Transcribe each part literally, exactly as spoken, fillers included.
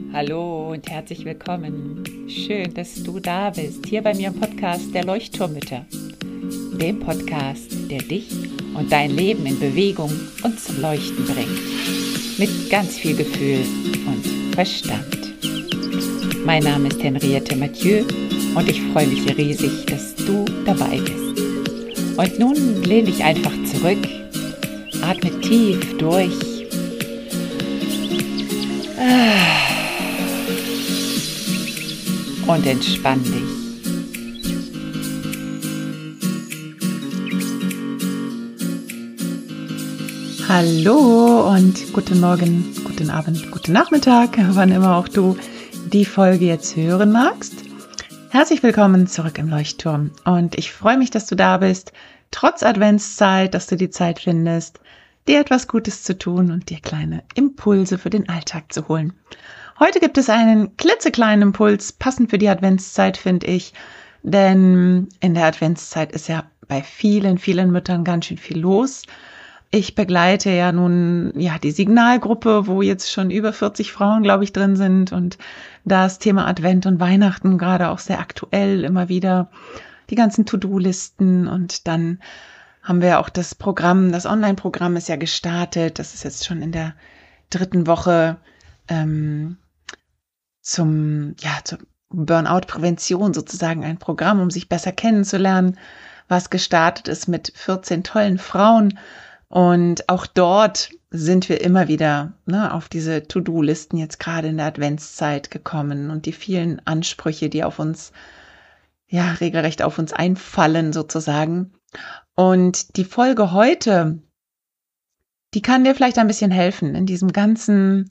Hallo und herzlich willkommen. Schön, dass du da bist, hier bei mir im Podcast der Leuchtturmmütter. Dem Podcast, der dich und dein Leben in Bewegung und zum Leuchten bringt. Mit ganz viel Gefühl und Verstand. Mein Name ist Henriette Mathieu und ich freue mich riesig, dass du dabei bist. Und nun lehn dich einfach zurück, atme tief durch. Und entspann dich. Hallo und guten Morgen, guten Abend, guten Nachmittag, wann immer auch du die Folge jetzt hören magst. Herzlich willkommen zurück im Leuchtturm und ich freue mich, dass du da bist, trotz Adventszeit, dass du die Zeit findest, dir etwas Gutes zu tun und dir kleine Impulse für den Alltag zu holen. Heute gibt es einen klitzekleinen Impuls, passend für die Adventszeit, finde ich, denn in der Adventszeit ist ja bei vielen, vielen Müttern ganz schön viel los. Ich begleite ja nun ja die Signalgruppe, wo jetzt schon über vierzig Frauen, glaube ich, drin sind und das Thema Advent und Weihnachten gerade auch sehr aktuell, immer wieder die ganzen To-Do-Listen und dann haben wir auch das Programm, das Online-Programm ist ja gestartet, das ist jetzt schon in der dritten Woche ähm, zum, ja, zur Burnout-Prävention sozusagen ein Programm, um sich besser kennenzulernen, was gestartet ist mit vierzehn tollen Frauen. Und auch dort sind wir immer wieder ne, auf diese To-Do-Listen jetzt gerade in der Adventszeit gekommen und die vielen Ansprüche, die auf uns, ja, regelrecht auf uns einfallen sozusagen. Und die Folge heute, die kann dir vielleicht ein bisschen helfen in diesem ganzen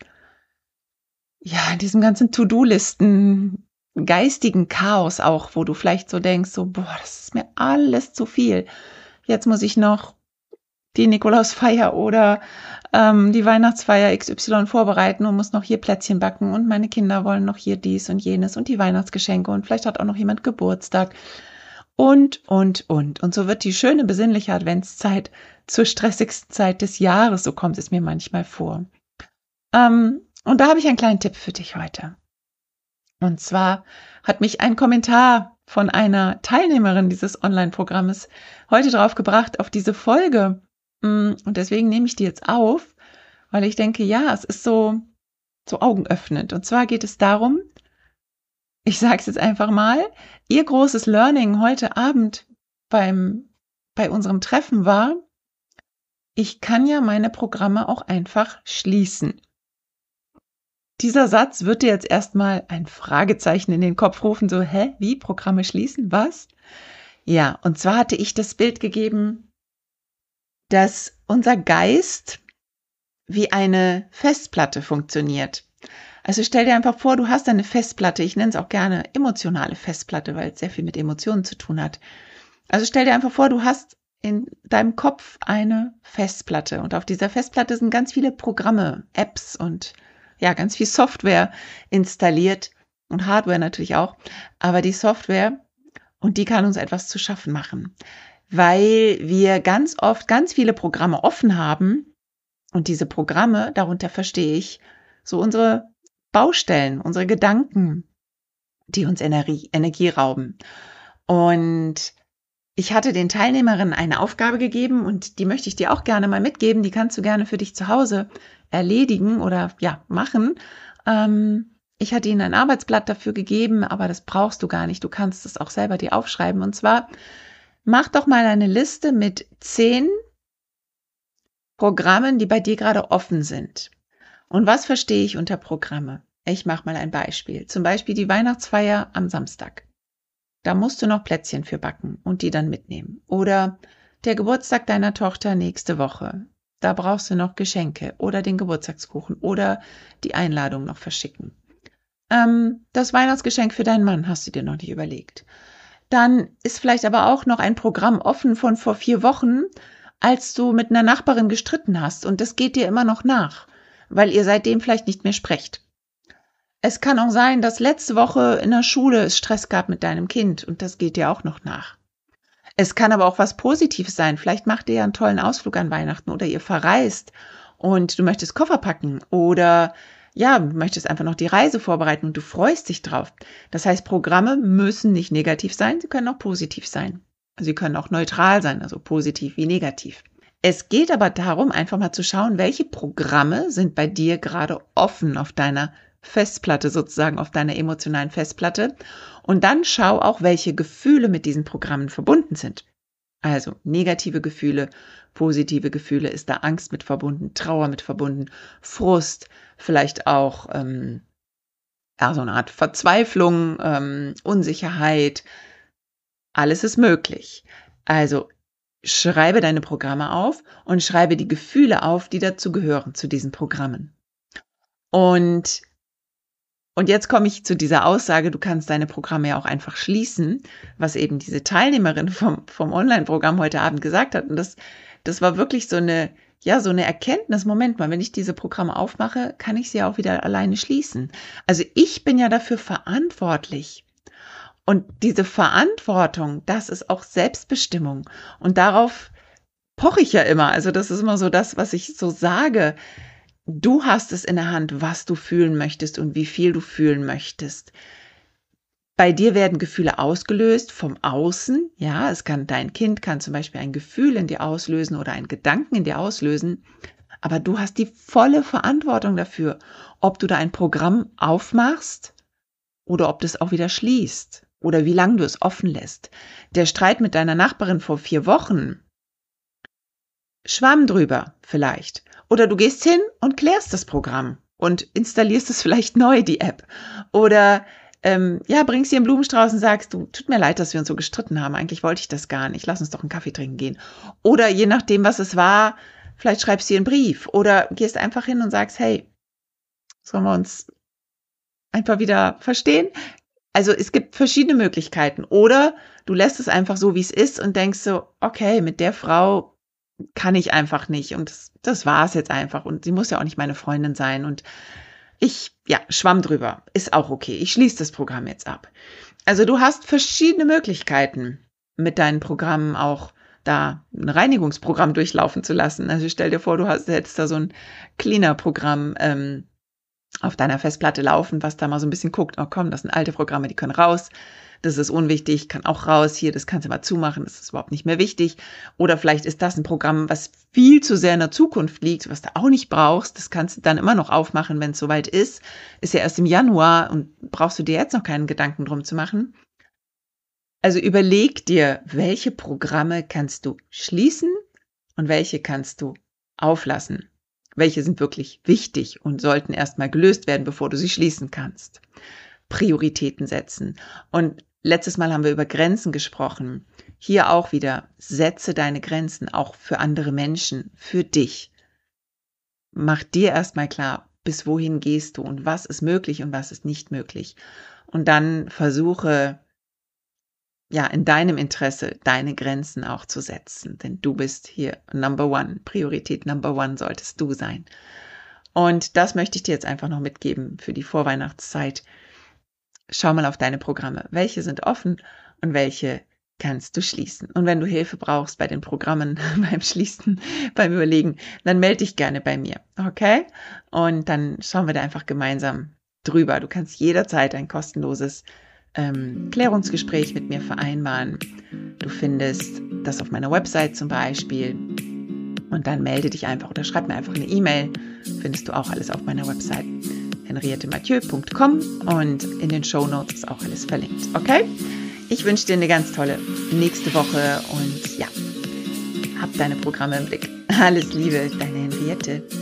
Ja, in diesem ganzen To-Do-Listen, geistigen Chaos auch, wo du vielleicht so denkst, so, boah, das ist mir alles zu viel. Jetzt muss ich noch die Nikolausfeier oder ähm, die Weihnachtsfeier X Y vorbereiten und muss noch hier Plätzchen backen und meine Kinder wollen noch hier dies und jenes und die Weihnachtsgeschenke und vielleicht hat auch noch jemand Geburtstag und, und, und. Und so wird die schöne, besinnliche Adventszeit zur stressigsten Zeit des Jahres, so kommt es mir manchmal vor. Ähm, Und da habe ich einen kleinen Tipp für dich heute. Und zwar hat mich ein Kommentar von einer Teilnehmerin dieses Online-Programmes heute drauf gebracht auf diese Folge. Und deswegen nehme ich die jetzt auf, weil ich denke, ja, es ist so, so augenöffnend. Und zwar geht es darum, ich sage es jetzt einfach mal, ihr großes Learning heute Abend beim, bei unserem Treffen war, ich kann ja meine Programme auch einfach schließen. Dieser Satz wird dir jetzt erstmal ein Fragezeichen in den Kopf rufen, so, hä, wie, Programme schließen, was? Ja, und zwar hatte ich das Bild gegeben, dass unser Geist wie eine Festplatte funktioniert. Also stell dir einfach vor, du hast eine Festplatte, ich nenne es auch gerne emotionale Festplatte, weil es sehr viel mit Emotionen zu tun hat. Also stell dir einfach vor, du hast in deinem Kopf eine Festplatte und auf dieser Festplatte sind ganz viele Programme, Apps und ja, ganz viel Software installiert und Hardware natürlich auch, aber die Software, und die kann uns etwas zu schaffen machen, weil wir ganz oft ganz viele Programme offen haben und diese Programme, darunter verstehe ich so unsere Baustellen, unsere Gedanken, die uns Energie, Energie rauben. Und ich hatte den Teilnehmerinnen eine Aufgabe gegeben und die möchte ich dir auch gerne mal mitgeben, die kannst du gerne für dich zu Hause erledigen oder ja machen. Ähm, ich hatte ihnen ein Arbeitsblatt dafür gegeben, aber das brauchst du gar nicht. Du kannst es auch selber dir aufschreiben. Und zwar, mach doch mal eine Liste mit zehn Programmen, die bei dir gerade offen sind. Und was verstehe ich unter Programme? Ich mache mal ein Beispiel. Zum Beispiel die Weihnachtsfeier am Samstag. Da musst du noch Plätzchen für backen und die dann mitnehmen. Oder der Geburtstag deiner Tochter nächste Woche. Da brauchst du noch Geschenke oder den Geburtstagskuchen oder die Einladung noch verschicken. Ähm, das Weihnachtsgeschenk für deinen Mann hast du dir noch nicht überlegt. Dann ist vielleicht aber auch noch ein Programm offen von vor vier Wochen, als du mit einer Nachbarin gestritten hast und das geht dir immer noch nach, weil ihr seitdem vielleicht nicht mehr sprecht. Es kann auch sein, dass letzte Woche in der Schule es Stress gab mit deinem Kind und das geht dir auch noch nach. Es kann aber auch was Positives sein. Vielleicht macht ihr ja einen tollen Ausflug an Weihnachten oder ihr verreist und du möchtest Koffer packen oder ja, möchtest einfach noch die Reise vorbereiten und du freust dich drauf. Das heißt, Programme müssen nicht negativ sein, sie können auch positiv sein. Sie können auch neutral sein, also positiv wie negativ. Es geht aber darum, einfach mal zu schauen, welche Programme sind bei dir gerade offen auf deiner Festplatte, sozusagen auf deiner emotionalen Festplatte. Und dann schau auch, welche Gefühle mit diesen Programmen verbunden sind. Also negative Gefühle, positive Gefühle, ist da Angst mit verbunden, Trauer mit verbunden, Frust, vielleicht auch ähm, ja, so eine Art Verzweiflung, ähm, Unsicherheit. Alles ist möglich. Also schreibe deine Programme auf und schreibe die Gefühle auf, die dazu gehören, zu diesen Programmen. Und Und jetzt komme ich zu dieser Aussage, du kannst deine Programme ja auch einfach schließen, was eben diese Teilnehmerin vom, vom Online-Programm heute Abend gesagt hat. Und das, das war wirklich so eine, ja, so eine Erkenntnis. Moment mal, wenn ich diese Programme aufmache, kann ich sie auch wieder alleine schließen. Also ich bin ja dafür verantwortlich. Und diese Verantwortung, das ist auch Selbstbestimmung. Und darauf poche ich ja immer. Also das ist immer so das, was ich so sage. Du hast es in der Hand, was du fühlen möchtest und wie viel du fühlen möchtest. Bei dir werden Gefühle ausgelöst vom Außen. Ja, es kann, dein Kind kann zum Beispiel ein Gefühl in dir auslösen oder einen Gedanken in dir auslösen. Aber du hast die volle Verantwortung dafür, ob du da ein Programm aufmachst oder ob du es auch wieder schließt oder wie lange du es offen lässt. Der Streit mit deiner Nachbarin vor vier Wochen, schwamm drüber vielleicht. Oder du gehst hin und klärst das Programm und installierst es vielleicht neu, die App. Oder ähm, ja, bringst ihr einen Blumenstrauß und sagst, du, tut mir leid, dass wir uns so gestritten haben. Eigentlich wollte ich das gar nicht. Lass uns doch einen Kaffee trinken gehen. Oder je nachdem, was es war, vielleicht schreibst du ihr einen Brief. Oder gehst einfach hin und sagst, hey, sollen wir uns einfach wieder verstehen? Also es gibt verschiedene Möglichkeiten. Oder du lässt es einfach so, wie es ist und denkst so, okay, mit der Frau kann ich einfach nicht und das, das war es jetzt einfach und sie muss ja auch nicht meine Freundin sein und ich, ja, schwamm drüber, ist auch okay, ich schließe das Programm jetzt ab. Also du hast verschiedene Möglichkeiten, mit deinen Programmen auch da ein Reinigungsprogramm durchlaufen zu lassen. Also stell dir vor, du hast jetzt da so ein Cleaner-Programm ähm, auf deiner Festplatte laufen, was da mal so ein bisschen guckt, oh komm, das sind alte Programme, die können raus. Das ist unwichtig, kann auch raus, hier, das kannst du mal zumachen, das ist überhaupt nicht mehr wichtig. Oder vielleicht ist das ein Programm, was viel zu sehr in der Zukunft liegt, was du auch nicht brauchst. Das kannst du dann immer noch aufmachen, wenn es soweit ist. Ist ja erst im Januar und brauchst du dir jetzt noch keinen Gedanken drum zu machen. Also überleg dir, welche Programme kannst du schließen und welche kannst du auflassen. Welche sind wirklich wichtig und sollten erstmal gelöst werden, bevor du sie schließen kannst. Prioritäten setzen. Und letztes Mal haben wir über Grenzen gesprochen. Hier auch wieder, setze deine Grenzen, auch für andere Menschen, für dich. Mach dir erstmal klar, bis wohin gehst du und was ist möglich und was ist nicht möglich. Und dann versuche, ja, in deinem Interesse deine Grenzen auch zu setzen. Denn du bist hier Number One. Priorität Number One solltest du sein. Und das möchte ich dir jetzt einfach noch mitgeben für die Vorweihnachtszeit. Schau mal auf deine Programme. Welche sind offen und welche kannst du schließen? Und wenn du Hilfe brauchst bei den Programmen, beim Schließen, beim Überlegen, dann melde dich gerne bei mir. Okay? Und dann schauen wir da einfach gemeinsam drüber. Du kannst jederzeit ein kostenloses ähm, Klärungsgespräch mit mir vereinbaren. Du findest das auf meiner Website zum Beispiel. Und dann melde dich einfach oder schreib mir einfach eine E-Mail. Findest du auch alles auf meiner Website. henriette mathieu punkt com und in den Shownotes ist auch alles verlinkt. Okay? Ich wünsche dir eine ganz tolle nächste Woche und ja, hab deine Programme im Blick. Alles Liebe, deine Henriette.